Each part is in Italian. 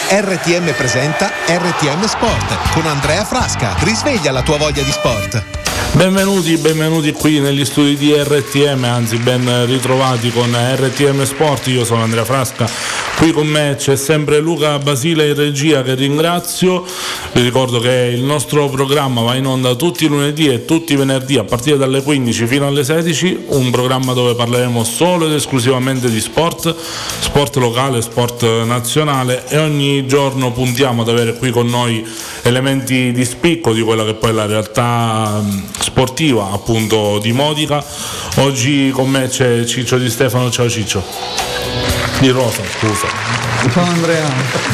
RTM presenta RTM Sport con Andrea Frasca. Risveglia la tua voglia di sport. Benvenuti qui negli studi di RTM, anzi ben ritrovati con RTM Sport. Io sono Andrea Frasca, qui con me c'è sempre Luca Basile in regia, che ringrazio. Vi ricordo che il nostro programma va in onda tutti i lunedì e tutti i venerdì a partire dalle 15 fino alle 16, un programma dove parleremo solo ed esclusivamente di sport locale, sport nazionale, e ogni giorno puntiamo ad avere qui con noi elementi di spicco di quella che poi è la realtà sportiva appunto di Modica. Oggi con me c'è Ciccio Di Stefano. Ciao Ciccio. Di Rosa, scusa. Ciao Andrea.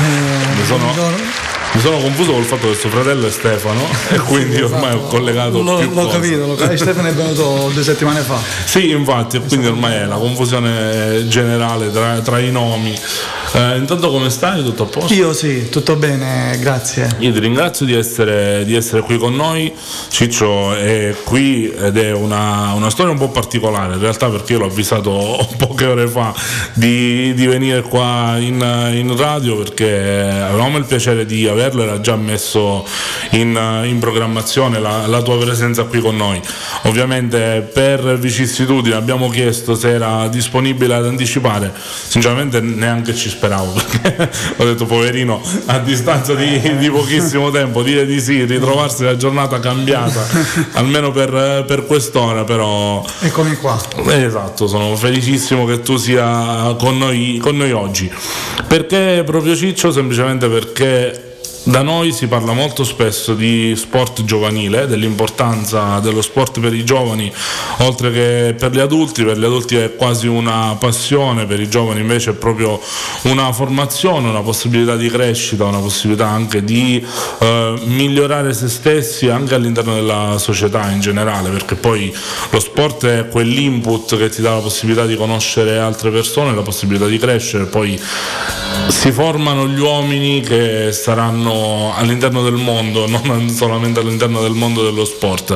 Mi sono confuso col fatto che suo fratello è Stefano e quindi ormai ho collegato più l'ho cose. capito. Stefano è venuto 2 settimane fa. Sì, infatti, e quindi ormai è la confusione generale tra i nomi. Intanto come stai? Tutto a posto? Io sì, tutto bene, grazie. Io ti ringrazio di essere qui con noi. Ciccio è qui ed è una storia un po' particolare in realtà, perché io l'ho avvisato poche ore fa di venire qua in radio, perché avevamo il piacere di averlo, era già messo in programmazione la tua presenza qui con noi. Ovviamente per vicissitudine abbiamo chiesto se era disponibile ad anticipare. Sinceramente neanche ci speravo, perché ho detto poverino, a distanza di pochissimo tempo dire di sì, ritrovarsi la giornata cambiata almeno per quest'ora, però eccomi qua. Esatto, sono felicissimo che tu sia con noi oggi. Perché proprio Ciccio? Semplicemente perché da noi si parla molto spesso di sport giovanile, dell'importanza dello sport per i giovani, oltre che per gli adulti. Per gli adulti è quasi una passione, per i giovani invece è proprio una formazione, una possibilità di crescita, una possibilità anche di migliorare se stessi anche all'interno della società in generale, perché poi lo sport è quell'input che ti dà la possibilità di conoscere altre persone, la possibilità di crescere. Poi si formano gli uomini che saranno all'interno del mondo, non solamente all'interno del mondo dello sport.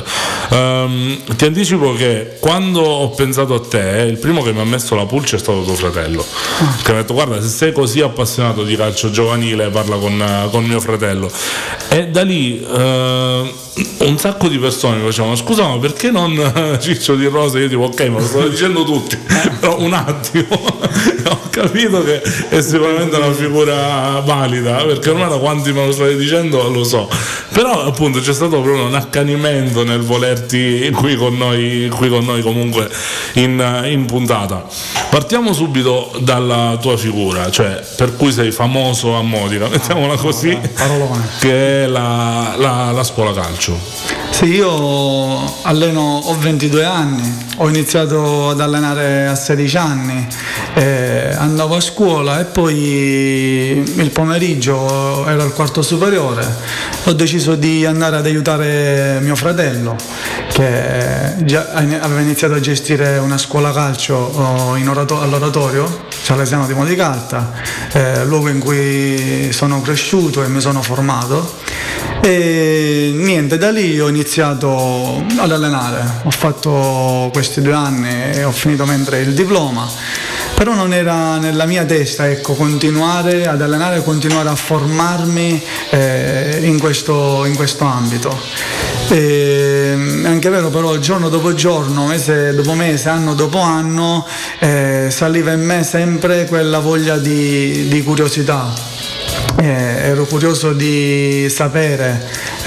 Ti anticipo che quando ho pensato a te, il primo che mi ha messo la pulce è stato tuo fratello, che mi ha detto: guarda, se sei così appassionato di calcio giovanile, parla con mio fratello. E da lì un sacco di persone mi facevano: scusa, ma perché non Ciccio Di Rosa? Io dico: ok, me lo stanno dicendo tutti, però un attimo ho capito che è sicuramente una figura valida, perché ormai da quanti me lo state dicendo lo so, però appunto c'è stato proprio un accanimento nel volerti qui con noi comunque in puntata. Partiamo subito dalla tua figura, cioè per cui sei famoso a Modica, mettiamola così, che è la scuola calcio. Sì, io ho 22 anni, ho iniziato ad allenare a 16 anni, andavo a scuola e poi il pomeriggio ero al quarto superiore, ho deciso di andare ad aiutare mio fratello, che già aveva iniziato a gestire una scuola calcio all'oratorio Salesiano di Modicalta, luogo in cui sono cresciuto e mi sono formato. E niente, da lì ho iniziato ad allenare, ho fatto questi 2 anni e ho finito mentre il diploma, però non era nella mia testa, ecco, continuare ad allenare, continuare a formarmi in questo ambito. È anche vero, però giorno dopo giorno, mese dopo mese, anno dopo anno saliva in me sempre quella voglia di curiosità. Ero curioso di sapere,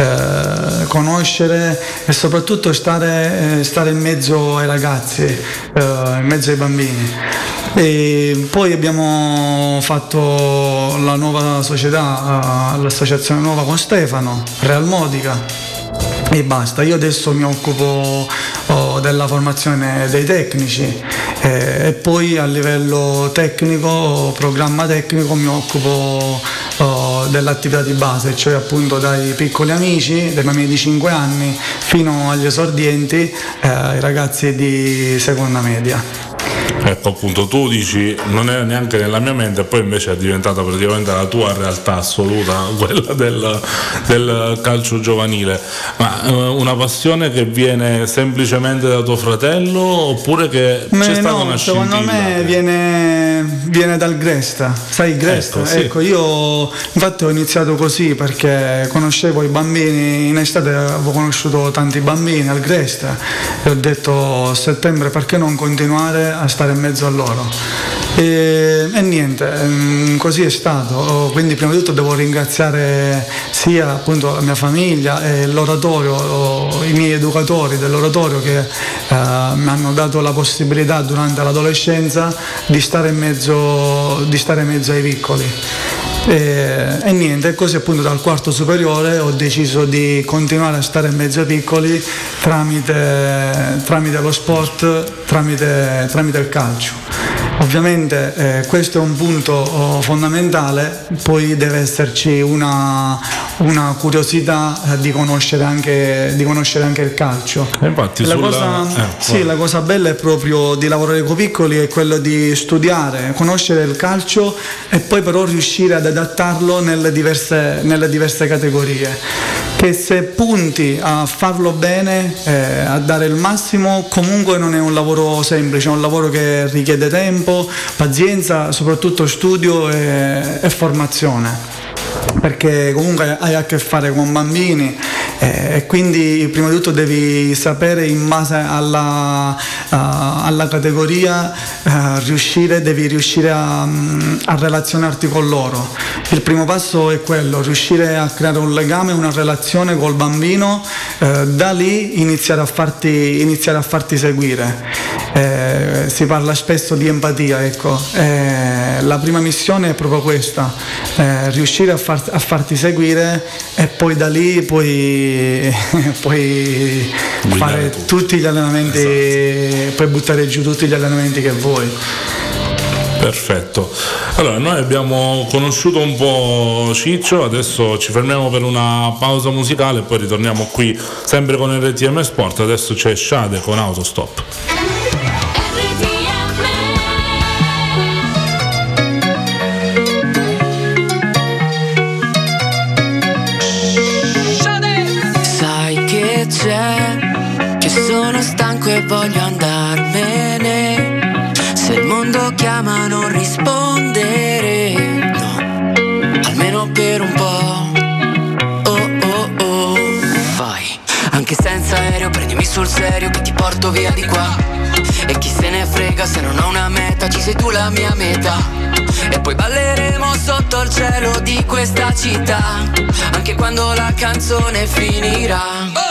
conoscere e soprattutto stare in mezzo ai ragazzi, in mezzo ai bambini. E poi abbiamo fatto la nuova società, l'associazione nuova con Stefano, Real Modica. E basta, io adesso mi occupo della formazione dei tecnici e poi a livello tecnico, programma tecnico, mi occupo dell'attività di base, cioè appunto dai piccoli amici, dai bambini di 5 anni fino agli esordienti, ai ragazzi di seconda media. Ecco, appunto, tu dici non era neanche nella mia mente, e poi invece è diventata praticamente la tua realtà assoluta, quella del calcio giovanile. Ma una passione che viene semplicemente da tuo fratello, oppure che c'è stata una scintilla? Secondo me viene dal Gresta, sai Gresta? Ecco, io infatti ho iniziato così perché conoscevo i bambini, in estate avevo conosciuto tanti bambini al Gresta e ho detto a settembre perché non continuare a stare in mezzo a loro. E niente, così è stato. Quindi prima di tutto devo ringraziare sia appunto la mia famiglia e l'oratorio, i miei educatori dell'oratorio che mi hanno dato la possibilità durante l'adolescenza di stare in mezzo ai piccoli. E niente, così appunto dal quarto superiore ho deciso di continuare a stare in mezzo ai piccoli tramite lo sport, tramite il calcio. Ovviamente questo è un punto fondamentale, poi deve esserci una curiosità di conoscere anche il calcio. Infatti la cosa bella è proprio di lavorare con i piccoli, è quello di studiare, conoscere il calcio e poi però riuscire ad adattarlo nelle diverse categorie. Che se punti a farlo bene, a dare il massimo, comunque non è un lavoro semplice, è un lavoro che richiede tempo, pazienza, soprattutto studio e formazione. Perché comunque hai a che fare con bambini e quindi prima di tutto devi sapere in base alla categoria devi riuscire a relazionarti con loro. Il primo passo è quello, riuscire a creare un legame, una relazione col bambino, da lì iniziare a farti seguire. Si parla spesso di empatia, ecco. La prima missione è proprio questa, riuscire a farti seguire e poi da lì puoi fare tutti gli allenamenti, esatto. Puoi buttare giù tutti gli allenamenti che vuoi. Perfetto, allora noi abbiamo conosciuto un po' Ciccio, adesso ci fermiamo per una pausa musicale e poi ritorniamo qui sempre con RTM Sport. Adesso c'è Shade con Autostop. Che sono stanco e voglio andarmene. Se il mondo chiama non rispondere, no, almeno per un po'. Oh oh oh, vai. Anche senza aereo prendimi sul serio che ti porto via di qua. E chi se ne frega se non ho una meta, ci sei tu la mia meta. E poi balleremo sotto il cielo di questa città, anche quando la canzone finirà.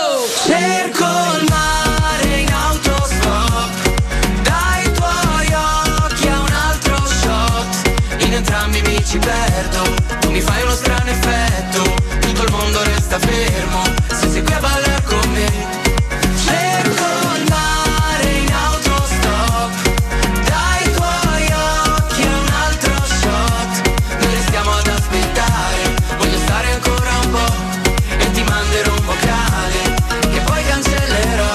Cerco il mare in autostop, dai tuoi occhi a un altro shot. In entrambi mi ci perdo, tu mi fai uno strano effetto. Tutto il mondo resta fermo, se sei qui a ballare con me. Cerco il mare in autostop, dai tuoi occhi a un altro shot. Noi restiamo ad aspettare, voglio stare ancora un po' e ti manderò un vocale che poi cancellerò.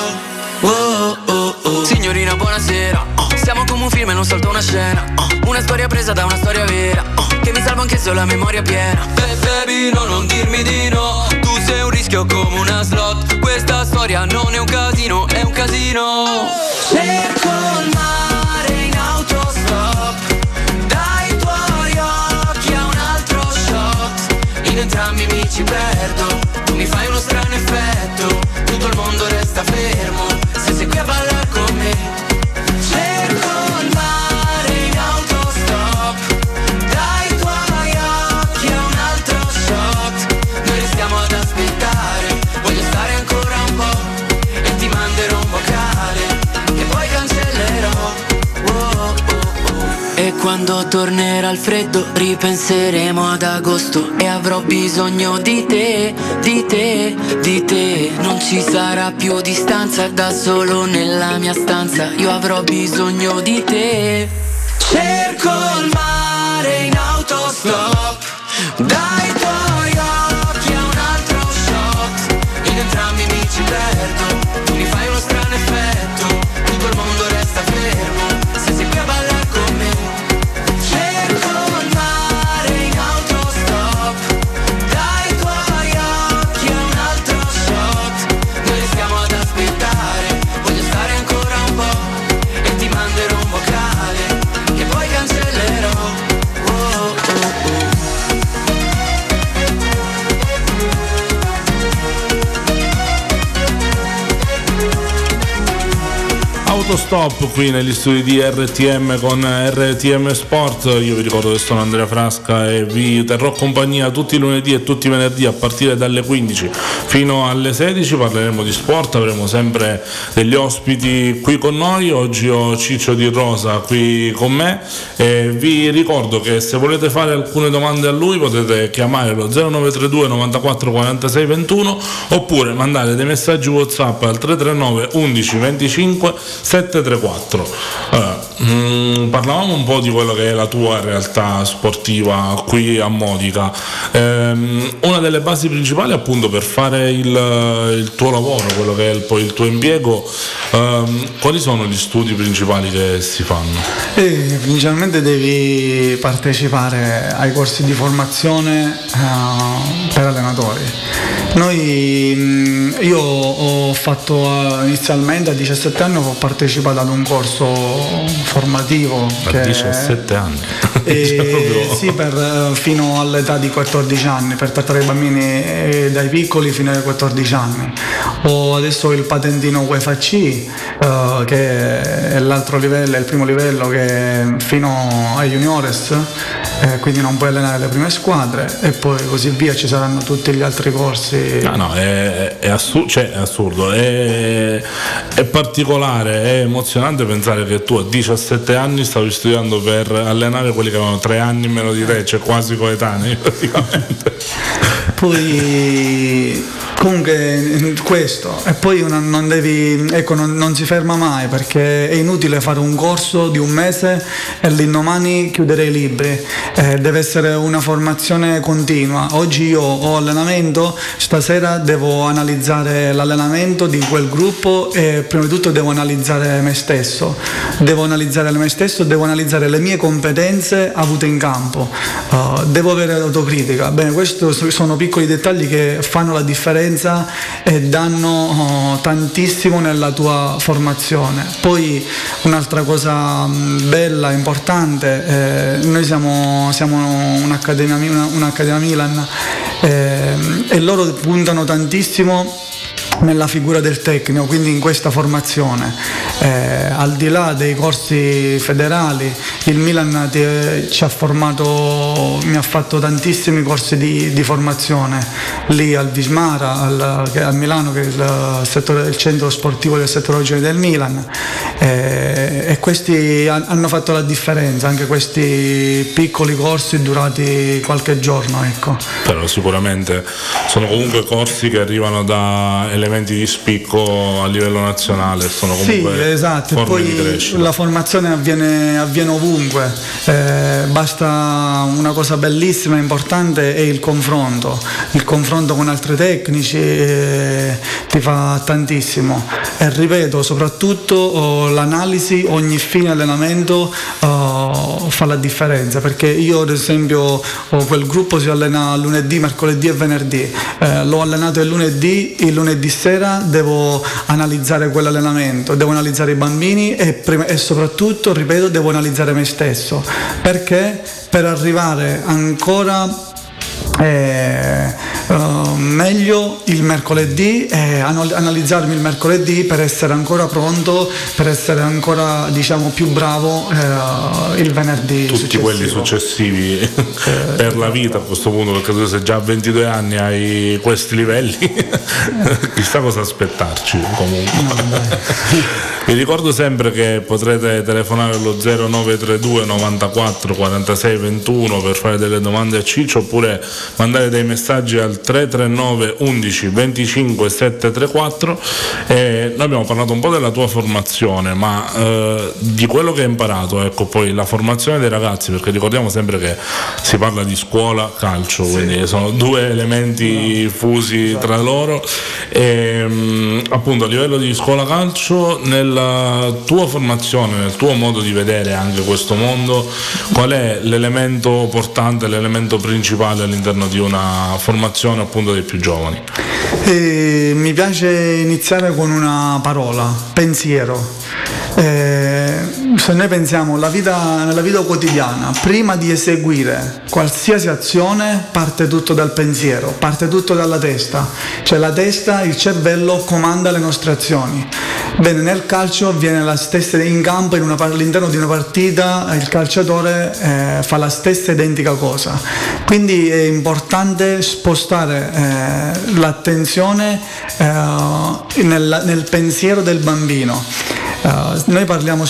Oh oh oh. Signorina buonasera, siamo come un film e non soltanto una scena. Una storia presa da una storia vera, che mi salva anche se ho la memoria piena. Baby no, non dirmi di no, tu sei un rischio come una slot. Questa storia non è un casino, è un casino. Cerco il mare in autostop, dai tuoi occhi a un altro shot. In entrambi mi ci perdo, tu mi fai uno strano effetto. Tutto il mondo resta fermo, se sei qui a ballare con me. Cerco il mare in autostop, dai tuoi occhi a un altro shot. Noi restiamo ad aspettare, voglio stare ancora un po' e ti manderò un vocale che poi cancellerò. Oh, oh, oh. E quando tornerà il freddo ripenseremo ad agosto e avrò bisogno di te, di te, di te. Non ci sarà più distanza, da solo nella mia stanza io avrò bisogno di te. Cerco il mare in autostop, dai tuoi occhi a un altro shot. In entrambi mi ci perdo, tu mi fai uno strano effetto. Tutto il mondo resta fermo, se sei qui a ballare nostro stop qui negli studi di RTM con RTM Sport. Io vi ricordo che sono Andrea Frasca e vi terrò compagnia tutti i lunedì e tutti i venerdì a partire dalle 15 fino alle 16. Parleremo di sport, avremo sempre degli ospiti qui con noi. Oggi ho Ciccio Di Rosa qui con me e vi ricordo che se volete fare alcune domande a lui potete chiamare lo 0932 94 46 21 oppure mandare dei messaggi WhatsApp al 339 11 25 734. Parlavamo un po' di quello che è la tua realtà sportiva qui a Modica. Una delle basi principali appunto per fare il tuo lavoro, quello che è poi il tuo impiego, quali sono gli studi principali che si fanno? Principalmente devi partecipare ai corsi di formazione per allenatori. Io ho fatto inizialmente a 17 anni, ho partecipato ad un corso formativo a 17 anni sì, fino all'età di 14 anni, per trattare i bambini dai piccoli fino ai 14 anni. Adesso ho il patentino UEFA C, che è l'altro livello, è il primo livello, che è fino ai juniores, quindi non puoi allenare le prime squadre, e poi così via, ci saranno tutti gli altri corsi. È assurdo, è particolare, è emozionante pensare che tu a 17 anni stavi studiando per allenare quelli che avevano 3 anni in meno di te, cioè quasi coetanei praticamente. Poi comunque questo, e poi non si ferma mai, perché è inutile fare un corso di un mese e l'indomani chiudere i libri. Deve essere una formazione continua. Oggi io ho allenamento, stasera devo analizzare l'allenamento di quel gruppo e prima di tutto devo analizzare me stesso, devo analizzare le mie competenze avute in campo, devo avere autocritica. Bene, questi sono piccoli dettagli che fanno la differenza e danno tantissimo nella tua formazione. Poi un'altra cosa bella, importante, noi siamo un'accademia Milan, e loro puntano tantissimo nella figura del tecnico, quindi in questa formazione, al di là dei corsi federali, il Milan mi ha fatto tantissimi corsi di formazione lì al Vismara, a Milano, che è il centro sportivo del settore regione del Milan, e questi hanno fatto la differenza, anche questi piccoli corsi durati qualche giorno, ecco. Però sicuramente sono comunque corsi che arrivano da elementi di spicco a livello nazionale, sono comunque sì, esatto. Forme poi di crescita. La formazione avviene ovunque, basta, una cosa bellissima e importante è il confronto con altri tecnici, ti fa tantissimo, e ripeto, soprattutto l'analisi ogni fine allenamento fa la differenza, perché io ad esempio quel gruppo si allena lunedì, mercoledì e venerdì, l'ho allenato il lunedì sera devo analizzare quell'allenamento, devo analizzare i bambini e soprattutto, ripeto, devo analizzare me stesso, perché per arrivare ancora meglio il mercoledì, analizzarmi il mercoledì per essere ancora pronto, per essere ancora, diciamo, più bravo il venerdì tutti successivo. Quelli successivi per la vita a questo punto, perché tu sei già a 22 anni, hai questi livelli, chissà cosa aspettarci comunque. Vi ricordo sempre che potrete telefonare allo 0932 94 46 21 per fare delle domande a Ciccio, oppure mandare dei messaggi al 339 11 25 734. Noi abbiamo parlato un po' della tua formazione, ma di quello che hai imparato, ecco, poi la formazione dei ragazzi, perché ricordiamo sempre che si parla di scuola, calcio, quindi sono due elementi fusi tra loro, e appunto a livello di scuola calcio, nella tua formazione, nel tuo modo di vedere anche questo mondo, qual è l'elemento portante, l'elemento principale all'interno di una formazione appunto dei più giovani? Mi piace iniziare con una parola: pensiero. se noi pensiamo nella vita quotidiana, prima di eseguire qualsiasi azione parte tutto dal pensiero, parte tutto dalla testa, cioè la testa, il cervello comanda le nostre azioni. Bene, nel calcio avviene la stessa, in campo, all'interno di una partita il calciatore fa la stessa identica cosa, quindi è importante spostare l'attenzione nel pensiero del bambino. Noi parlo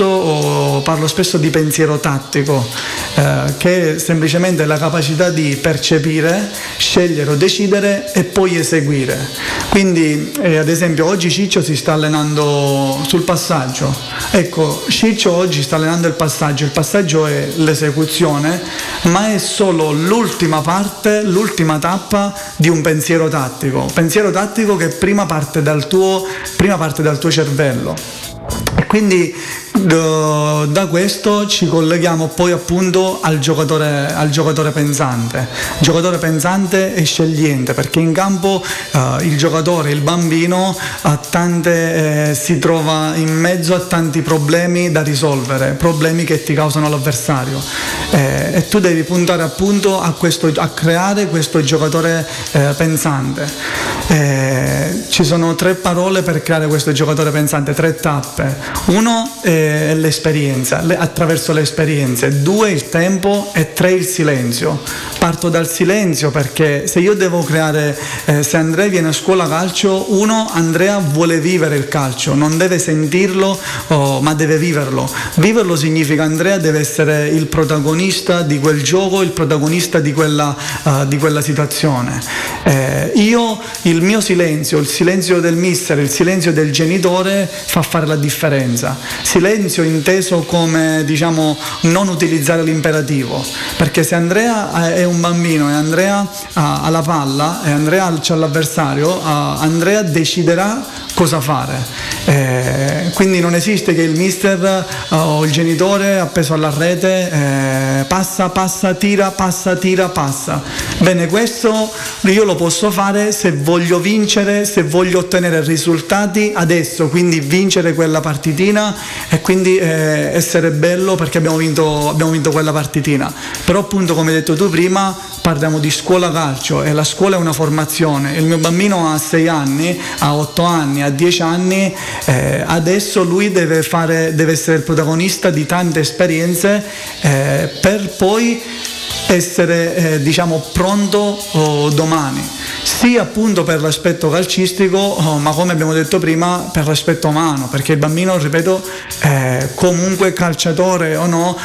spesso di pensiero tattico, che è semplicemente la capacità di percepire, scegliere o decidere e poi eseguire. Quindi ad esempio oggi Ciccio si sta allenando sul passaggio. Ecco, Ciccio oggi sta allenando il passaggio è l'esecuzione, ma è solo l'ultima parte, l'ultima tappa di un pensiero tattico che prima parte dal tuo cervello. E quindi da questo ci colleghiamo poi appunto al giocatore pensante. Il giocatore pensante è scegliente, perché in campo il giocatore, il bambino si trova in mezzo a tanti problemi da risolvere, problemi che ti causano l'avversario, e tu devi puntare appunto a creare questo giocatore pensante. Ci sono 3 parole per creare questo giocatore pensante, 3 tappe. 1 è l'esperienza, attraverso le esperienze, 2 il tempo e 3 il silenzio. Parto dal silenzio perché se io devo creare, se Andrea viene a scuola calcio, Andrea vuole vivere il calcio, non deve sentirlo, ma deve viverlo. Viverlo significa Andrea deve essere il protagonista di quel gioco, il protagonista di quella situazione. Il mio silenzio, il silenzio del mister, il silenzio del genitore fa fare la differenza. Silenzio inteso come, non utilizzare l'imperativo, perché se Andrea è un bambino e Andrea ha la palla e Andrea c'ha l'avversario, Andrea deciderà cosa fare. Quindi non esiste che il mister o il genitore appeso alla rete passa, tira. Bene, questo io lo posso fare se voglio vincere, se voglio ottenere risultati adesso, quindi vincere quella partitina e quindi essere bello perché abbiamo vinto quella partitina. Però appunto, come hai detto tu prima, parliamo di scuola calcio e la scuola è una formazione. Il mio bambino ha 6 anni, ha 8 anni, ha 10 anni, adesso lui deve essere il protagonista di tante esperienze per poi essere pronto domani, sia appunto per l'aspetto calcistico, ma come abbiamo detto prima per l'aspetto umano, perché il bambino, ripeto, comunque calciatore o no,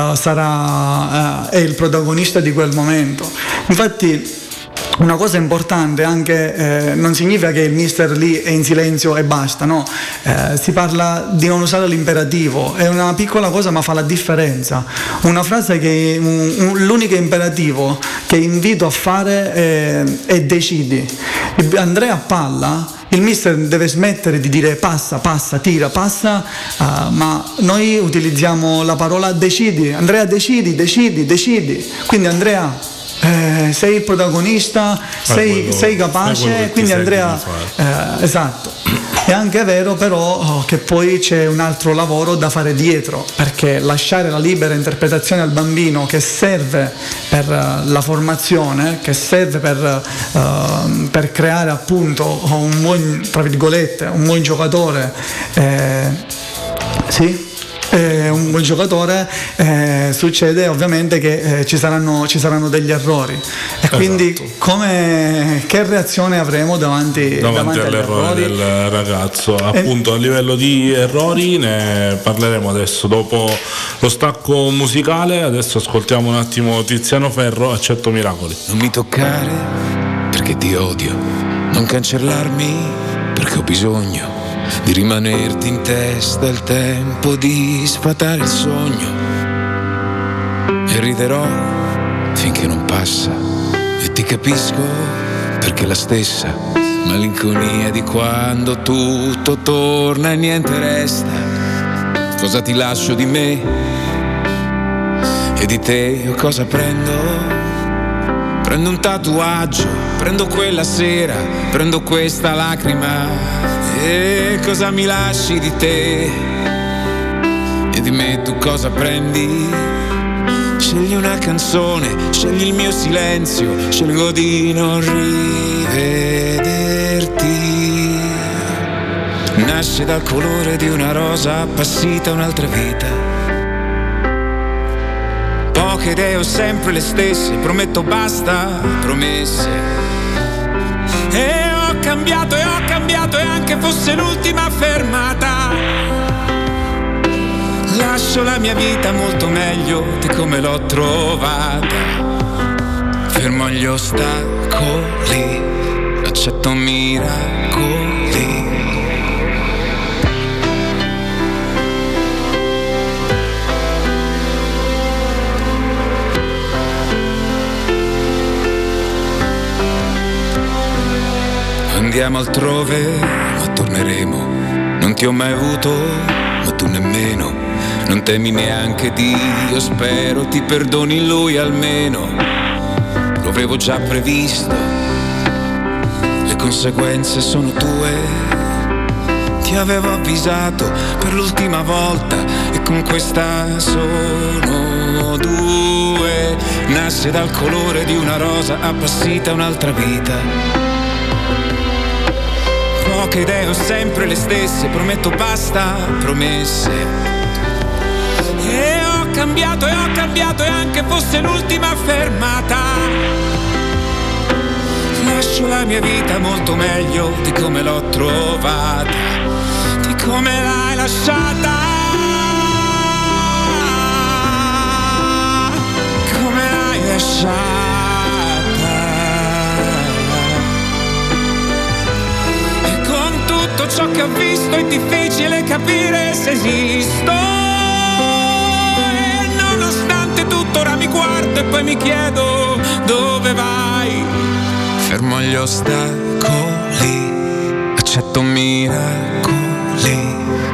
è il protagonista di quel momento. Infatti una cosa importante anche, non significa che il mister lì è in silenzio e basta, no, si parla di non usare l'imperativo, è una piccola cosa ma fa la differenza. Una frase che l'unico imperativo che invito a fare è decidi. Andrea palla, il mister deve smettere di dire passa, tira, passa, ma noi utilizziamo la parola decidi. Andrea decidi, quindi Andrea sei il protagonista, sei capace, quindi Andrea esatto. È anche vero però che poi c'è un altro lavoro da fare dietro, perché lasciare la libera interpretazione al bambino, che serve per la formazione, che serve per creare appunto un buon, tra virgolette, un buon giocatore, un buon giocatore, succede ovviamente che ci saranno degli errori e esatto. Quindi che reazione avremo davanti all'errore del ragazzo? Appunto, a livello di errori ne parleremo adesso dopo lo stacco musicale. Adesso ascoltiamo un attimo Tiziano Ferro, Accetto miracoli. Non mi toccare perché ti odio, non cancellarmi perché ho bisogno di rimanerti in testa il tempo di sfatare il sogno, e riderò finché non passa e ti capisco perché la stessa malinconia di quando tutto torna e niente resta. Cosa ti lascio di me e di te, o cosa prendo? Prendo un tatuaggio, prendo quella sera, prendo questa lacrima. E cosa mi lasci di te di me tu cosa prendi? Scegli una canzone, scegli il mio silenzio, scelgo di non rivederti. Nasce dal colore di una rosa appassita un'altra vita. Poche idee ho sempre le stesse, prometto basta promesse. E ho cambiato e anche fosse l'ultima fermata. Lascio la mia vita molto meglio di come l'ho trovata. Fermo gli ostacoli, accetto miracoli. Andiamo altrove, ma torneremo. Non ti ho mai avuto, ma tu nemmeno. Non temi neanche Dio, spero ti perdoni lui almeno. Lo avevo già previsto, le conseguenze sono tue. Ti avevo avvisato per l'ultima volta e con questa sono due. Nasce dal colore di una rosa appassita un'altra vita. Poche idee ho sempre le stesse, prometto basta promesse. E ho cambiato e anche fosse l'ultima fermata. Lascio la mia vita molto meglio di come l'ho trovata, di come l'hai lasciata, come l'hai lasciata. Ciò che ho visto è difficile capire se esisto. E nonostante tutto ora mi guardo e poi mi chiedo dove vai. Fermo gli ostacoli, accetto miracoli.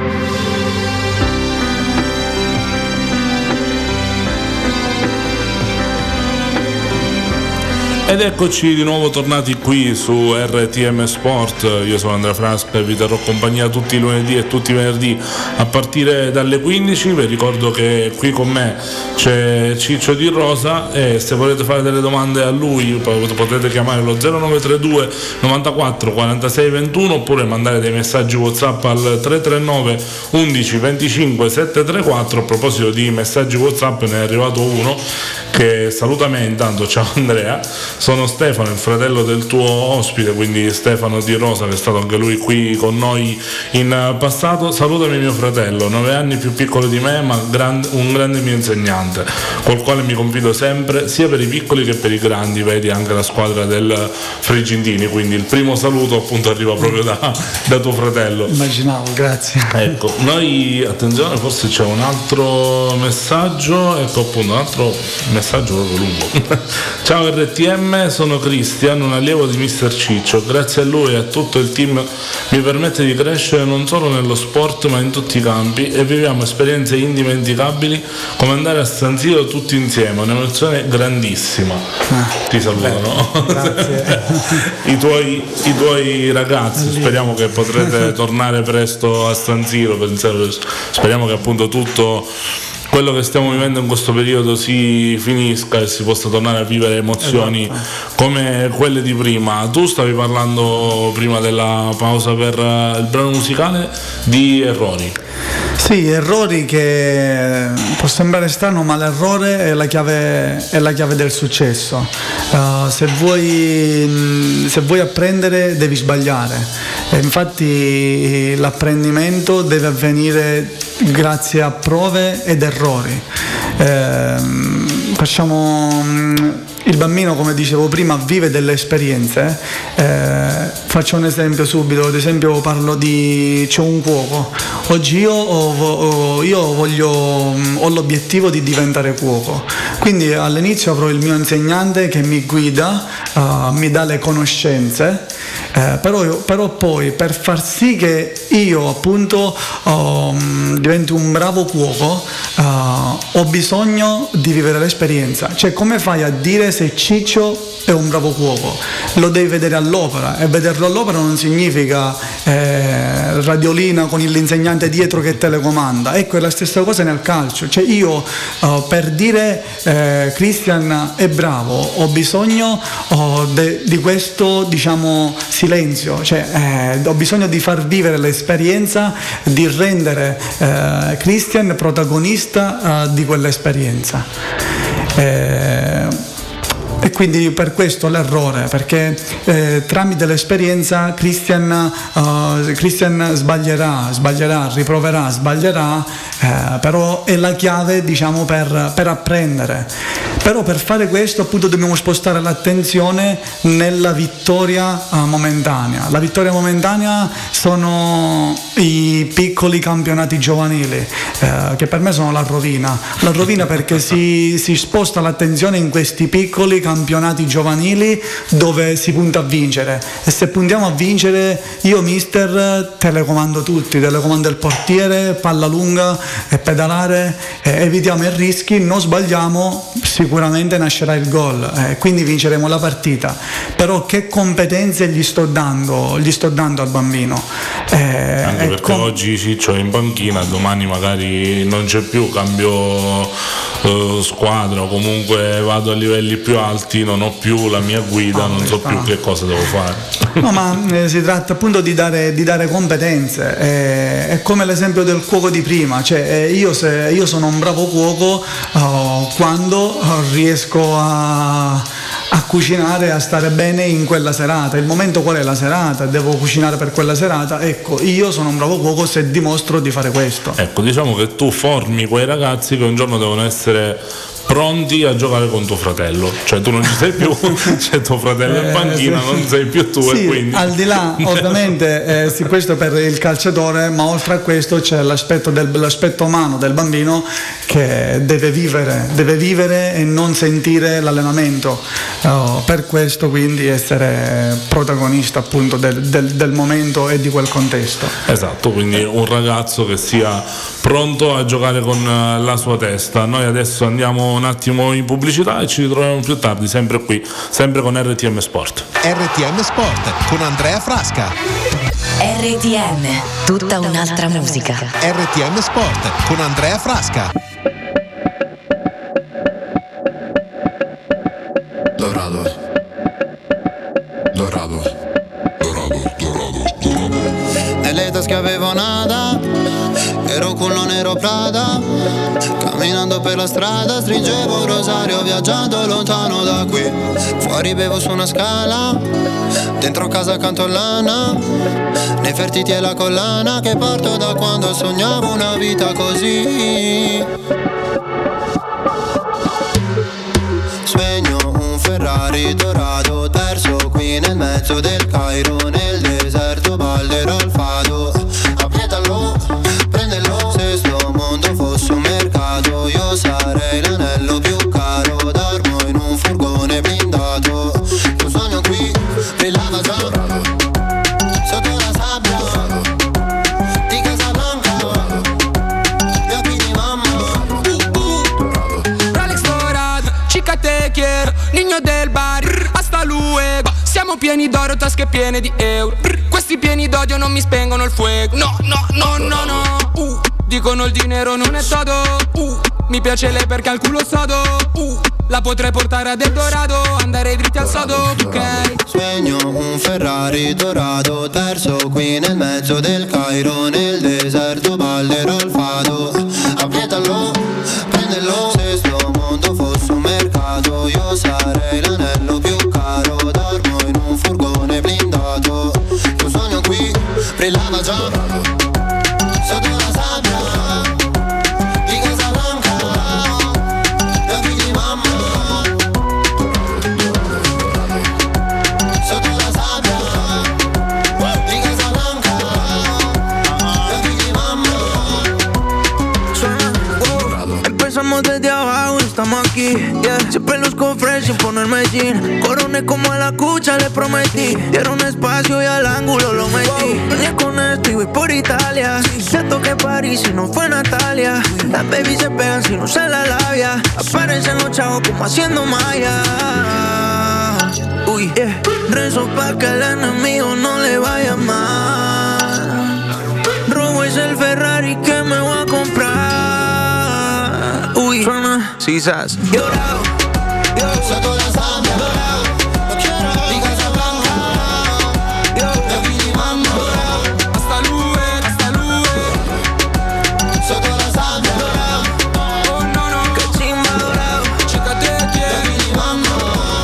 Ed eccoci di nuovo tornati qui su RTM Sport. Io sono Andrea Frasca e vi terrò compagnia tutti i lunedì e tutti i venerdì a partire dalle 15. Vi ricordo che qui con me c'è Ciccio Di Rosa e se volete fare delle domande a lui potete chiamare lo 0932 94 46 21 oppure mandare dei messaggi WhatsApp al 339 11 25 734. A proposito di messaggi WhatsApp, ne è arrivato uno che saluta me intanto. Ciao Andrea, sono Stefano, il fratello del tuo ospite, quindi Stefano Di Rosa, che è stato anche lui qui con noi in passato. Salutami mio fratello, 9 anni più piccolo di me, ma un grande mio insegnante, col quale mi confido sempre, sia per i piccoli che per i grandi. Vedi anche la squadra del Frigintini, quindi il primo saluto appunto arriva proprio da tuo fratello. Immaginavo, grazie. Ecco, noi, attenzione, forse c'è un altro messaggio, ecco appunto un altro messaggio proprio lungo. Ciao RTM, sono Cristian, un allievo di Mister Ciccio. Grazie a lui e a tutto il team mi permette di crescere non solo nello sport ma in tutti i campi e viviamo esperienze indimenticabili come andare a San Siro tutti insieme, un'emozione grandissima. Ti salutano. Grazie. I tuoi ragazzi, speriamo che potrete tornare presto a San Siro, speriamo che appunto tutto quello che stiamo vivendo in questo periodo si finisca e si possa tornare a vivere emozioni come quelle di prima. Tu stavi parlando prima della pausa per il brano musicale di errori. Sì, errori che può sembrare strano, ma l'errore è la chiave del successo. Se vuoi apprendere devi sbagliare. E infatti l'apprendimento deve avvenire grazie a prove ed errori. Il bambino, come dicevo prima, vive delle esperienze. Faccio un esempio subito, ad esempio c'è un cuoco. Oggi io ho l'obiettivo di diventare cuoco, quindi all'inizio avrò il mio insegnante che mi guida, mi dà le conoscenze però poi per far sì che io appunto diventi un bravo cuoco ho bisogno di vivere l'esperienza. Cioè, come fai a dire se Ciccio è un bravo cuoco? Lo devi vedere all'opera, e vederlo all'opera non significa radiolina con l'insegnante dietro che telecomanda. Ecco, è la stessa cosa nel calcio. Cioè, io per dire Christian è bravo ho bisogno di questo, diciamo, silenzio. Cioè, ho bisogno di far vivere l'esperienza, di rendere Christian protagonista di quell'esperienza. E quindi per questo l'errore, perché tramite l'esperienza Christian sbaglierà, riproverà, sbaglierà, però è la chiave, diciamo, per apprendere. Però per fare questo appunto dobbiamo spostare l'attenzione nella vittoria momentanea. La vittoria momentanea sono i piccoli campionati giovanili, che per me sono la rovina perché si sposta l'attenzione in questi piccoli campionati giovanili dove si punta a vincere, e se puntiamo a vincere io mister telecomando tutti, telecomando il portiere, palla lunga e pedalare, evitiamo i rischi, non sbagliamo, sicuramente nascerà il gol, quindi vinceremo la partita. Però che competenze gli sto dando al bambino? Anche perché oggi Ciccio è in panchina, domani magari non c'è più, cambio squadra o comunque vado a livelli più alti, non ho più la mia guida, non so più che cosa devo fare. No, ma si tratta appunto di dare competenze, è come l'esempio del cuoco di prima. Cioè, io sono un bravo cuoco quando riesco a cucinare, a stare bene in quella serata. Il momento qual è? La serata, devo cucinare per quella serata. Ecco, io sono un bravo cuoco se dimostro di fare questo. Ecco, diciamo che tu formi quei ragazzi che un giorno devono essere pronti a giocare con tuo fratello, cioè tu non ci sei più, c'è tuo fratello in panchina, non sei più tu, sì, e quindi al di là ovviamente sì, questo per il calciatore, ma oltre a questo c'è l'aspetto umano del bambino che deve vivere e non sentire l'allenamento, per questo quindi essere protagonista appunto del momento e di quel contesto. Esatto, quindi un ragazzo che sia pronto a giocare con la sua testa. Noi adesso andiamo un attimo in pubblicità e ci ritroviamo più tardi, sempre qui, sempre con RTM Sport. RTM Sport con Andrea Frasca. RTM, tutta un'altra musica. RTM Sport con Andrea Frasca. Nelle tasche avevo nada, ero culo nero Prada, camminando per la strada stringevo un rosario viaggiando lontano da qui. Fuori bevo su una scala, dentro casa canto lana, Nefertiti e la collana che porto da quando sognavo una vita così. Sogno un Ferrari dorato perso qui nel mezzo del Cairo, nel deserto ballerò il fado. Appietalo, prendelo, se sto mondo fosse un mercato io sarei l'anello più caro. Dormo in un furgone blindato, un sogno qui brillava già sotto la sabbia di Casablanca, gli occhi di mamma. Rolex dorata, chica te quiero, niño del bar, hasta luego. Siamo pieni d'oro, tasche piene di euro. Questi pieni d'odio non mi spengono il fuoco. No, no, no, no, no. Dicono il dinero non è todo. Mi piace lei perché ha il culo sodo. La potrei portare ad Eldorado, andare dritti al sodo, ok. Sogno un Ferrari dorato perso qui nel mezzo del Cairo, nel deserto ballerò il fado. Appietalo, prendelo, se sto mondo fosse un mercato io sarei l'anello più caro. Dormo in un furgone blindato, un sogno qui brillava già sotto la sabbia di Casablanca, gli occhi di mamma. Sotto la sabbia di Casablanca, gli occhi di mamma. Empezamos desde abajo. estamos aquí, yeah. Siempre luzco fresh sin ponerme jean. Coroné como a la cucha, le prometí. Dieron espacio y al ángulo lo metí. Venía con esto y voy por Italia. Siento que París y no fue Natalia. Las babies se pegan si no se la labia. Aparecen los chavos como haciendo malla. Uy, yeah. Rezo pa' que el enemigo no le vaya mal. Robo es el Ferrari que me voy a comprar. Uy, sisas. Llorado, Sotto la sabbia, di Casablanca, da Vini Mamma, Hasta lui, sotto la sabbia, oh no no, che cimba dorado. chica te da quiero. Vini Mamma.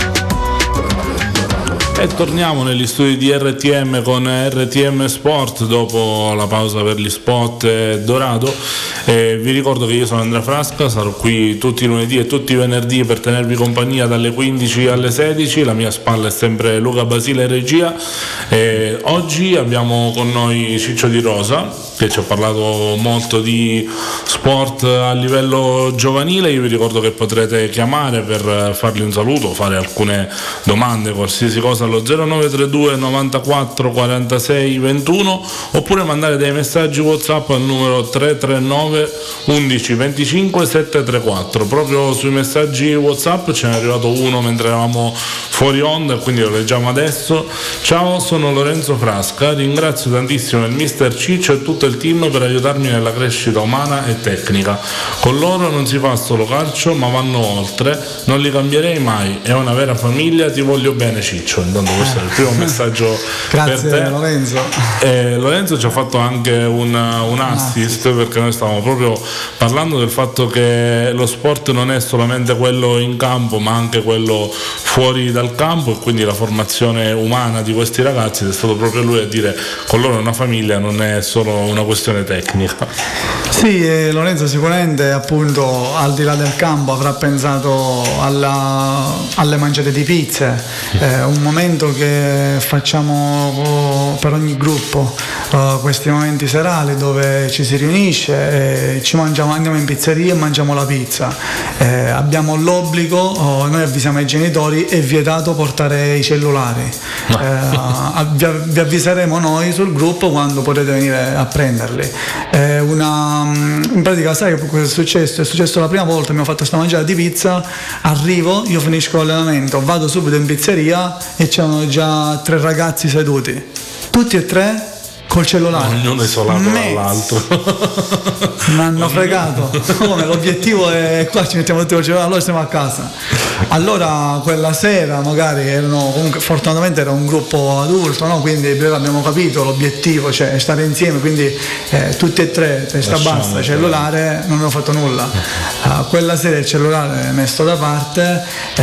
E torniamo negli studi di RTM con RTM Sport dopo la pausa per gli spot Dorado. Vi ricordo che io sono Andrea Frasca, sarò qui tutti i lunedì e tutti i venerdì per tenervi compagnia dalle 15 alle 16. La mia spalla è sempre Luca Basile regia. Oggi abbiamo con noi Ciccio Di Rosa, che ci ha parlato molto di sport a livello giovanile. Io vi ricordo che potrete chiamare per fargli un saluto, fare alcune domande, qualsiasi cosa allo 0932 94 46 21, oppure mandare dei messaggi WhatsApp al numero 339 11 25 734. Proprio sui messaggi WhatsApp ce n'è arrivato uno mentre eravamo fuori onda e quindi lo leggiamo adesso. Ciao, sono Lorenzo Frasca, ringrazio tantissimo il mister Ciccio e tutto il team per aiutarmi nella crescita umana e tecnica. Con loro non si fa solo calcio ma vanno oltre, non li cambierei mai, è una vera famiglia, ti voglio bene Ciccio. Intanto questo è il primo messaggio. Grazie per te. Lorenzo. Lorenzo ci ha fatto anche un assist, perché noi stavamo proprio parlando del fatto che lo sport non è solamente quello in campo ma anche quello fuori dal campo, e quindi la formazione umana di questi ragazzi è stato proprio lui a dire con loro una famiglia non è solo una questione tecnica. Sì, Lorenzo sicuramente appunto al di là del campo avrà pensato alle mangiate di pizze, un momento che facciamo per ogni gruppo, questi momenti serali dove ci si riunisce, andiamo in pizzeria e mangiamo la pizza. Abbiamo l'obbligo, noi avvisiamo i genitori, è vietato portare i cellulari. Vi avviseremo noi sul gruppo quando potete venire a prenderli. In pratica, sai che cosa è successo? È successo la prima volta, abbiamo fatto sta mangiata di pizza, arrivo, io finisco l'allenamento, vado subito in pizzeria e c'erano già 3 ragazzi seduti, tutti e 3 col cellulare, ognuno isolato dall'altro. mi hanno fregato. Come? L'obiettivo è qua, ci mettiamo tutti col cellulare, allora stiamo a casa. Allora quella sera magari comunque fortunatamente era un gruppo adulto, no? Quindi abbiamo capito l'obiettivo, cioè stare insieme, quindi tutti e 3 testa bassa, cellulare, non abbiamo fatto nulla. Quella sera il cellulare è messo da parte,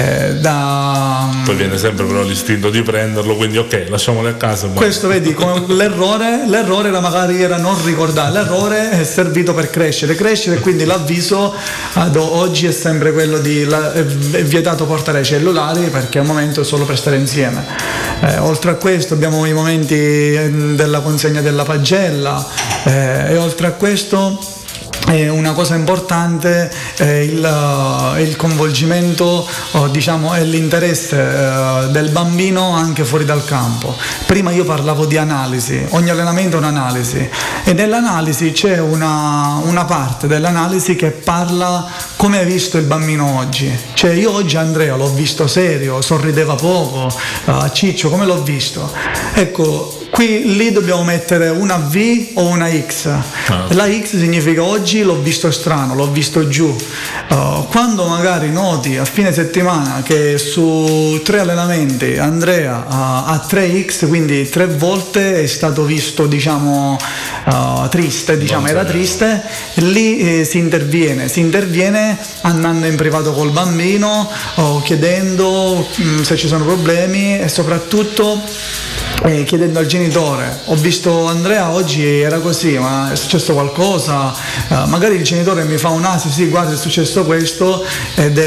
poi viene sempre però l'istinto di prenderlo, quindi ok, lasciamolo a casa. Questo vedi come l'errore era magari era non ricordare, l'errore è servito per crescere, e quindi l'avviso oggi è sempre quello di è vietato portare i cellulari perché al momento è solo per stare insieme. Oltre a questo abbiamo i momenti della consegna della pagella, e oltre a questo una cosa importante è il coinvolgimento, diciamo, e l'interesse del bambino anche fuori dal campo. Prima io parlavo di analisi, ogni allenamento è un'analisi, e nell'analisi c'è una parte dell'analisi che parla come hai visto il bambino oggi. Cioè io oggi Andrea l'ho visto serio, sorrideva poco, Ciccio come l'ho visto? Ecco, lì dobbiamo mettere una V o una X. La X significa oggi l'ho visto strano, l'ho visto giù. Quando magari noti a fine settimana che su 3 allenamenti Andrea ha 3X, quindi 3 volte è stato visto, diciamo, triste, diciamo, era triste, lì si interviene andando in privato col bambino, chiedendo se ci sono problemi, e soprattutto chiedendo al genitore: ho visto Andrea oggi, era così, ma è successo qualcosa? Magari il genitore mi fa un sì, guarda, è successo questo, ed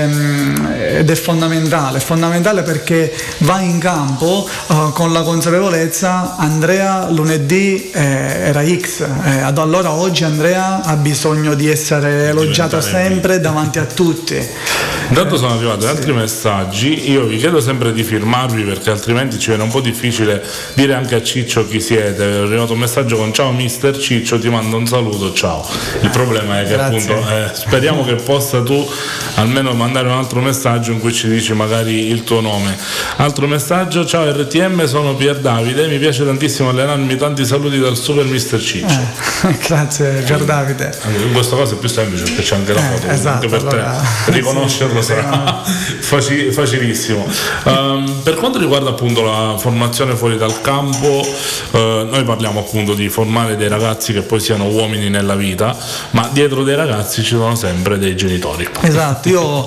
è fondamentale perché va in campo con la consapevolezza: Andrea lunedì era X, allora oggi Andrea ha bisogno di essere elogiato sempre davanti a tutti. Intanto sono arrivati altri messaggi, io vi chiedo sempre di firmarvi perché altrimenti ci viene un po' difficile dire anche a Ciccio chi siete. È arrivato un messaggio con: ciao mister Ciccio, ti mando un saluto, ciao. Il problema è che appunto speriamo che possa tu almeno mandare un altro messaggio in cui ci dici magari il tuo nome. Altro messaggio: ciao RTM, sono Pier Davide, mi piace tantissimo allenarmi, tanti saluti dal super mister Ciccio. Grazie Pier Davide. In questo caso è più semplice perché c'è anche la foto, esatto, anche per allora, te riconoscerlo sarà facilissimo. Per quanto riguarda appunto la formazione fuori dal campo, noi parliamo appunto di formare dei ragazzi che poi siano uomini nella vita, ma dietro dei ragazzi ci sono sempre dei genitori. Esatto,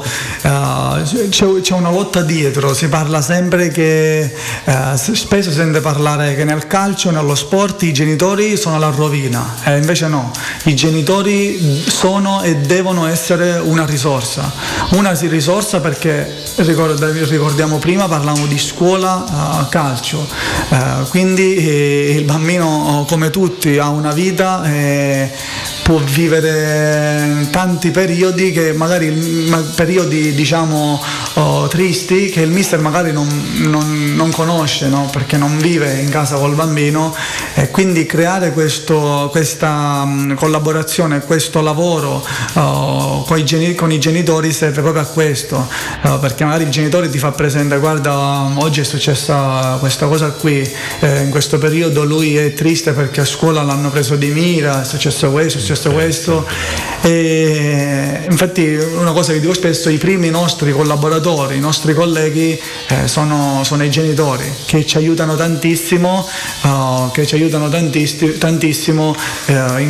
c'è una lotta dietro, si parla sempre che spesso si sente parlare che nel calcio, nello sport i genitori sono la rovina, invece no, i genitori sono e devono essere una risorsa perché ricordiamo prima parlavamo di scuola, calcio, quindi il bambino come tutti ha una vita, può vivere tanti periodi che magari periodi diciamo tristi che il mister magari non conosce, no? Perché non vive in casa col bambino, e quindi creare questa collaborazione, questo lavoro con i genitori serve proprio a questo, perché magari il genitore ti fa presente: guarda, oggi è successa questa cosa qui, in questo periodo lui è triste perché a scuola l'hanno preso di mira, è successo questo. E infatti una cosa che dico spesso: i primi nostri collaboratori, i nostri colleghi sono i genitori, che ci aiutano tantissimo in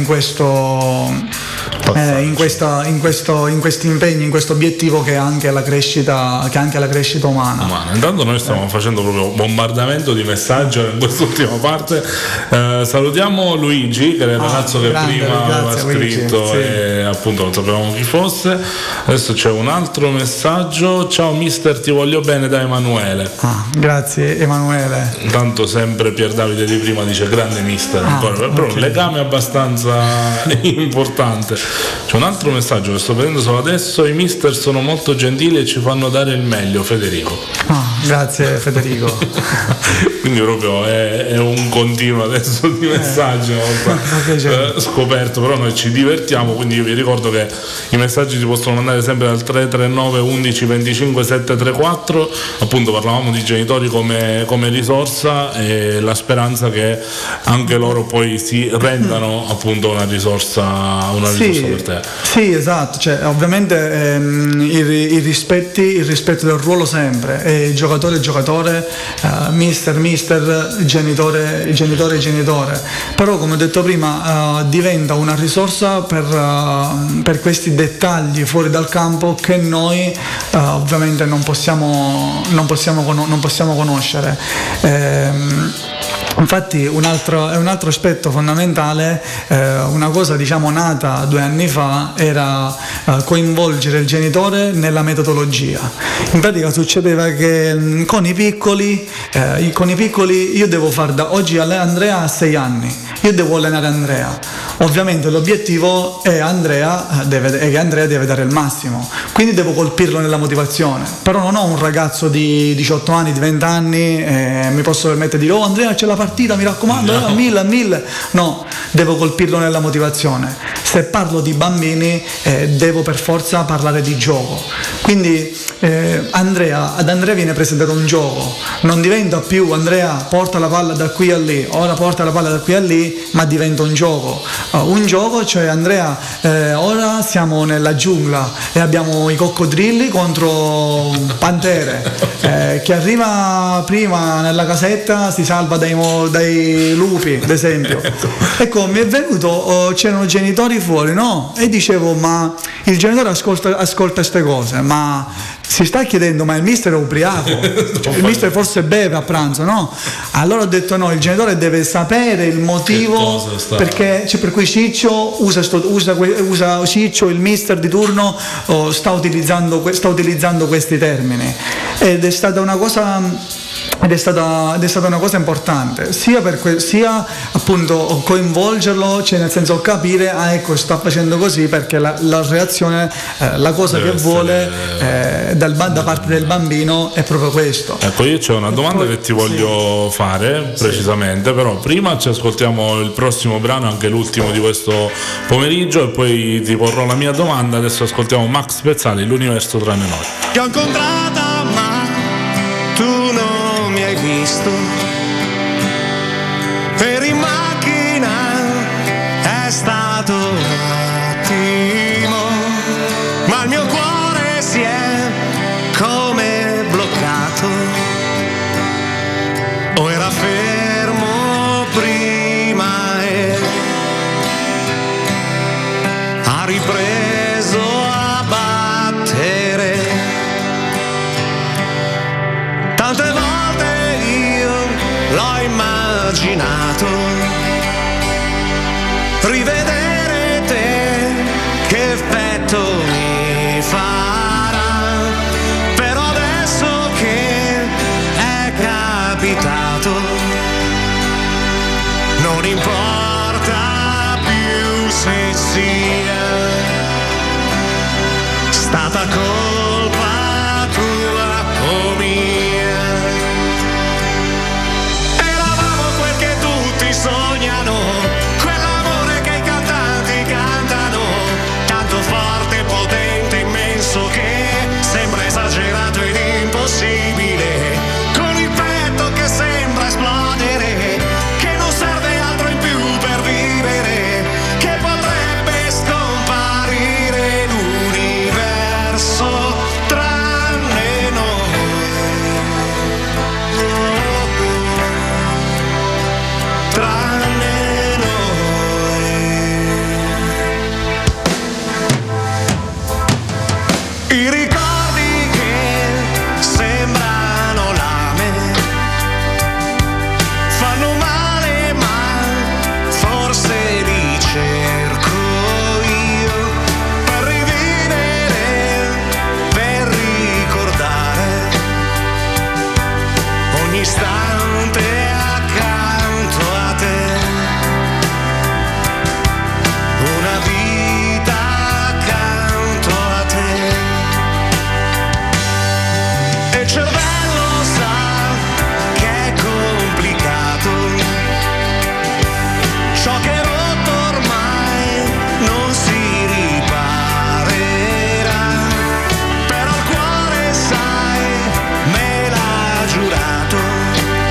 questi impegni, in questo obiettivo che è anche la crescita umana. Intanto noi stiamo facendo proprio bombardamento di messaggi in quest'ultima parte. Salutiamo Luigi, che è il ragazzo che prima aveva scritto, sì. E appunto non sapevamo chi fosse. Adesso c'è un altro messaggio: ciao mister, ti voglio bene, da Emanuele. Grazie Emanuele. Intanto sempre Pier Davide di prima dice: grande mister, però un legame abbastanza importante. C'è un altro messaggio che sto vedendo solo adesso: i mister sono molto gentili e ci fanno dare il meglio, Federico. Grazie Federico. Quindi proprio è un continuo adesso di messaggi scoperto, però noi ci divertiamo, quindi io vi ricordo che i messaggi si possono mandare sempre al 339 11 25 734. Appunto parlavamo di genitori come risorsa, e la speranza che anche loro poi si rendano appunto una risorsa per te. Sì, esatto, cioè, ovviamente il rispetto del ruolo sempre, giocatore, mister, genitore, però come ho detto prima diventa una risorsa per questi dettagli fuori dal campo che noi ovviamente non possiamo conoscere. Infatti un altro aspetto fondamentale, una cosa diciamo nata 2 anni fa, era coinvolgere il genitore nella metodologia. In pratica succedeva che con i piccoli io devo far oggi Andrea ha 6 anni, io devo allenare Andrea. Ovviamente l'obiettivo è che Andrea deve dare il massimo, quindi devo colpirlo nella motivazione. Però non ho un ragazzo di 18 anni, di 20 anni, mi posso permettere di dire: oh Andrea, c'è la partita, mi raccomando, a 1000. No, devo colpirlo nella motivazione. Se parlo di bambini devo per forza parlare di gioco. Quindi ad Andrea viene presentato un gioco, non diventa più Andrea porta la palla da qui a lì, ora porta la palla da qui a lì, soldi, ma diventa un gioco. Cioè Andrea, ora siamo nella giungla e abbiamo i coccodrilli contro pantere, chi arriva prima nella casetta si salva dai lupi, ad esempio. Ecco, mi è venuto, c'erano genitori fuori, no? E dicevo, ma il genitore ascolta queste cose, ma si sta chiedendo, ma il mister è ubriaco, il mister forse beve a pranzo, no? Allora ho detto no, il genitore deve sapere il motivo perché, cioè, per cui Ciccio usa Ciccio, il mister di turno, sta utilizzando questi termini, ed è stata una cosa importante, sia appunto coinvolgerlo, cioè nel senso capire, ecco, sta facendo così perché la reazione, la cosa deve che vuole da parte del bambino è proprio questo. Ecco, io c'ho una domanda che ti voglio fare precisamente, però prima ci ascoltiamo il prossimo brano, anche l'ultimo di questo pomeriggio, e poi ti porrò la mia domanda. Adesso ascoltiamo Max Pezzali, L'universo tranne noi. Ti ho incontrata ma tu non mi hai visto, eri in macchina, è stato un attimo, ma il mio cuore si è come bloccato, o era fermo prima e ha ripreso a battere. Tante volte io l'ho immaginato, rivedere te che effetto mi farà, però adesso che è capitato non importa più se sia stata colpa tua o mia. Eravamo quel che tutti sognano, quell'amore che i cantanti cantano, tanto forte, potente, immenso che sembra esagerato ed impossibile, con il petto che sembra esplodere, che non serve altro in più per vivere, che potrebbe scomparire l'universo tranne noi. Tranne noi. I ricordi che sembrano lame fanno male, ma forse li cerco io per rivivere, per ricordare ogni istante accanto a te, una vita accanto a te. E il cervello sa che è complicato, ciò che è rotto ormai non si riparerà, però il cuore, sai, me l'ha giurato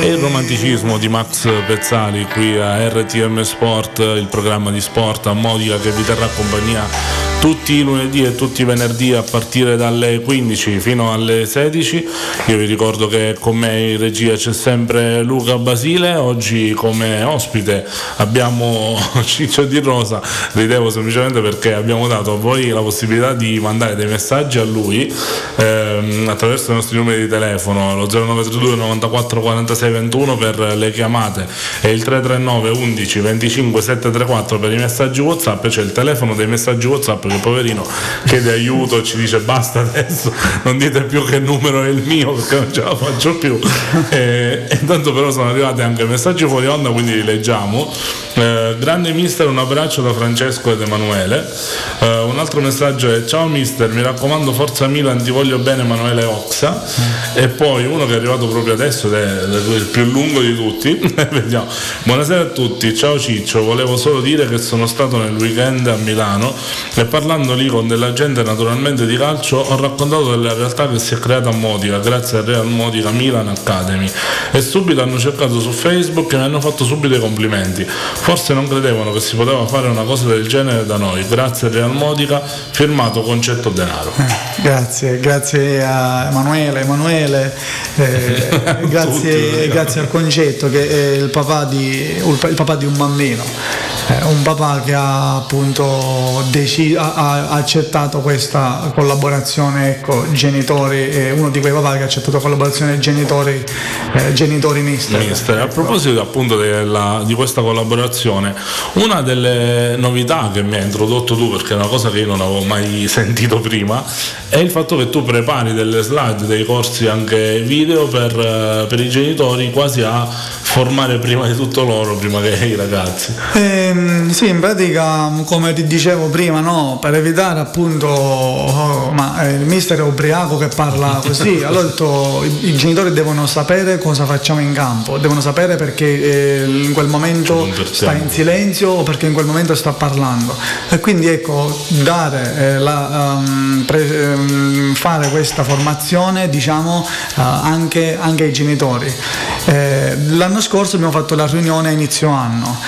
e il romanticismo di Max Pezzali qui a RTM Sport, il programma di sport a Modica che vi terrà compagnia tutti i lunedì e tutti i venerdì a partire dalle 15 fino alle 16. Io vi ricordo che con me in regia c'è sempre Luca Basile. Oggi come ospite abbiamo Ciccio Di Rosa. Ridevo semplicemente perché abbiamo dato a voi la possibilità di mandare dei messaggi a lui attraverso i nostri numeri di telefono, lo 0932 94 46 21 per le chiamate e il 339 11 25 734 per i messaggi WhatsApp. C'è il telefono dei messaggi WhatsApp che poverino chiede aiuto, ci dice basta adesso, non dite più che numero è il mio perché non ce la faccio più. E intanto però sono arrivati anche messaggi fuori onda, quindi li leggiamo. Grande mister, un abbraccio da Francesco ed Emanuele. Un altro messaggio è: ciao mister, mi raccomando forza Milan, ti voglio bene, Emanuele Oxa. E poi uno che è arrivato proprio adesso ed è il più lungo di tutti. Vediamo. Buonasera a tutti, ciao Ciccio, volevo solo dire che sono stato nel weekend a Milano e parlando lì con della gente naturalmente di calcio ho raccontato della realtà che si è creata a Modica grazie al Real Modica Milan Academy e subito hanno cercato su Facebook e mi hanno fatto subito i complimenti. Forse non credevano che si poteva fare una cosa del genere da noi. Grazie Real Modica, firmato Concetto Denaro. Grazie a Emanuele, grazie al Concetto che è il papà di un bambino. Un papà che ha appunto ha accettato questa collaborazione, genitori, è uno di quei papà che ha accettato collaborazione genitori mister. A proposito appunto di questa collaborazione, una delle novità che mi hai introdotto tu, perché è una cosa che io non avevo mai sentito prima, è il fatto che tu prepari delle slide, dei corsi anche video per i genitori, quasi a formare prima di tutto loro, prima che i ragazzi. Sì, in pratica, come ti dicevo prima, no, per evitare appunto il mister è ubriaco che parla così, allora i genitori devono sapere cosa facciamo in campo, devono sapere perché in quel momento sta in silenzio o perché in quel momento sta parlando, e quindi ecco, dare fare questa formazione, diciamo, anche ai genitori. L'anno scorso abbiamo fatto la riunione a inizio anno,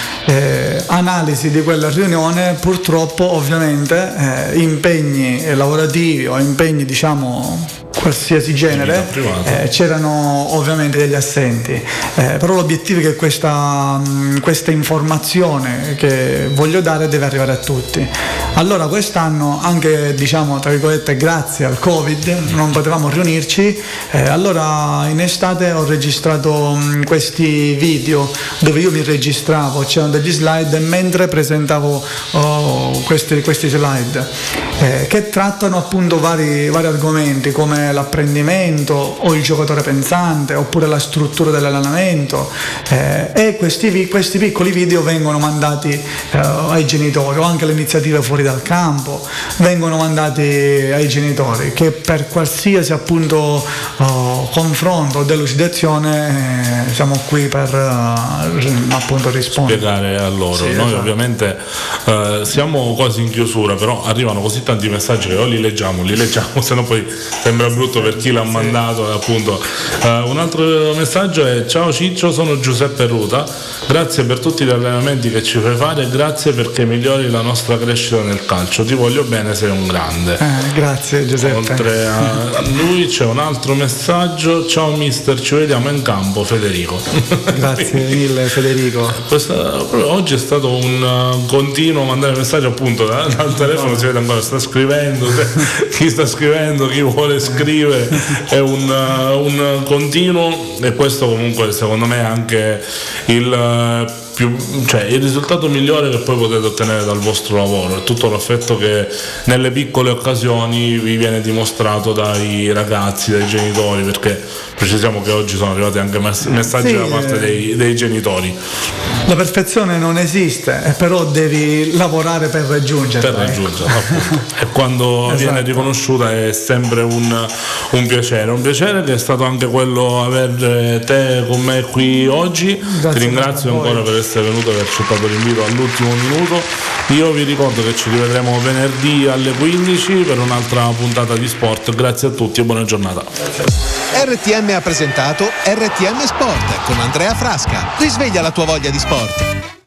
analisi di quella riunione, purtroppo ovviamente impegni lavorativi o impegni, diciamo, qualsiasi genere, c'erano ovviamente degli assenti, però l'obiettivo è che questa informazione che voglio dare deve arrivare a tutti. Allora quest'anno, anche, diciamo, tra virgolette, grazie al Covid non potevamo riunirci, allora in estate ho registrato questi video dove io mi registravo, c'erano degli slide e mentre presentavo questi slide che trattano appunto vari argomenti come l'apprendimento o il giocatore pensante oppure la struttura dell'allenamento, e questi piccoli video vengono mandati ai genitori, o anche le iniziative fuori dal campo vengono mandati ai genitori, che per qualsiasi appunto confronto o delucidazione siamo qui per appunto rispondere, spiegare a loro. Sì, noi esatto. Ovviamente siamo quasi in chiusura, però arrivano così tanti messaggi che o li leggiamo, se no poi sembra brutto per chi l'ha mandato, appunto. Un altro messaggio è: ciao Ciccio, sono Giuseppe Ruta, grazie per tutti gli allenamenti che ci fai fare e grazie perché migliori la nostra crescita nel calcio, ti voglio bene, sei un grande. Grazie Giuseppe. Oltre a lui c'è un altro messaggio: ciao mister, ci vediamo in campo, Federico. Grazie mille Federico. Oggi è stato un continuo mandare messaggi, appunto dal telefono si vede ancora, sta scrivendo, chi sta scrivendo, chi vuole scrivere, è un continuo, e questo comunque secondo me è anche il risultato migliore che poi potete ottenere dal vostro lavoro, è tutto l'affetto che nelle piccole occasioni vi viene dimostrato dai ragazzi, dai genitori, perché precisiamo che oggi sono arrivati anche messaggi da parte dei genitori. La perfezione non esiste, però devi lavorare per raggiungerla. Appunto. E quando viene riconosciuta è sempre un piacere che è stato anche quello avere te con me qui oggi. Ti ringrazio ancora per essere essere venuto e aver accettato l'invito all'ultimo minuto. Io vi ricordo che ci rivedremo venerdì alle 15 per un'altra puntata di sport. Grazie a tutti e buona giornata. RTM ha presentato RTM Sport con Andrea Frasca. Risveglia la tua voglia di sport.